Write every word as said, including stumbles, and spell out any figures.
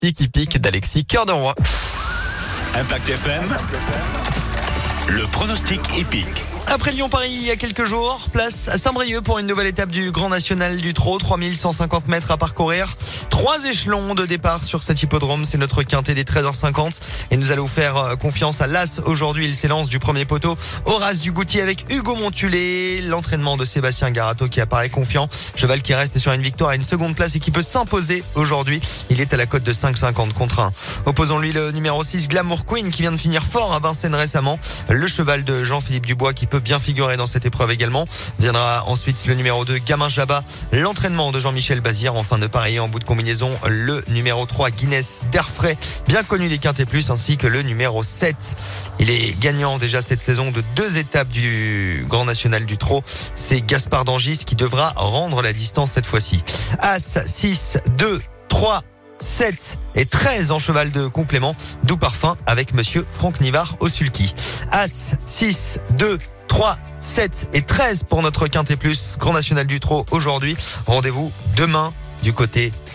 Qui pique d'Alexis Cœur de Roi. Impact F M, le pronostic épique. Après Lyon-Paris il y a quelques jours, place à Saint-Brieuc pour une nouvelle étape du Grand National du Trot. trois mille cent cinquante mètres à parcourir. Trois échelons de départ sur cet hippodrome. C'est notre quintet des treize heures cinquante. Et nous allons faire confiance à l'As. Aujourd'hui, il s'élance du premier poteau. Horace Dugoutier avec Hugo Montulé. L'entraînement de Sébastien Garato qui apparaît confiant. Cheval qui reste sur une victoire à une seconde place et qui peut s'imposer aujourd'hui. Il est à la cote de cinq cinquante contre un. Opposons-lui le numéro six, Glamour Queen, qui vient de finir fort à Vincennes récemment. Le cheval de Jean-Philippe Dubois qui peut bien figurer dans cette épreuve également. Viendra ensuite le numéro deux, Gamin Jabat. L'entraînement de Jean-Michel Bazir. Enfin de pareil en bout de combinaison. Le numéro trois, Guinness d'Airfray, bien connu des Quintés Plus, ainsi que le numéro sept. Il est gagnant déjà cette saison de deux étapes du Grand National du Trot. C'est Gaspard d'Angis qui devra rendre la distance cette fois-ci. As, six, deux, trois, sept et treize en cheval de complément. Doux parfum avec monsieur Franck Nivard au sulky. As, six, deux, trois, sept et treize pour notre Quintet Plus Grand National du Trot aujourd'hui. Rendez-vous demain du côté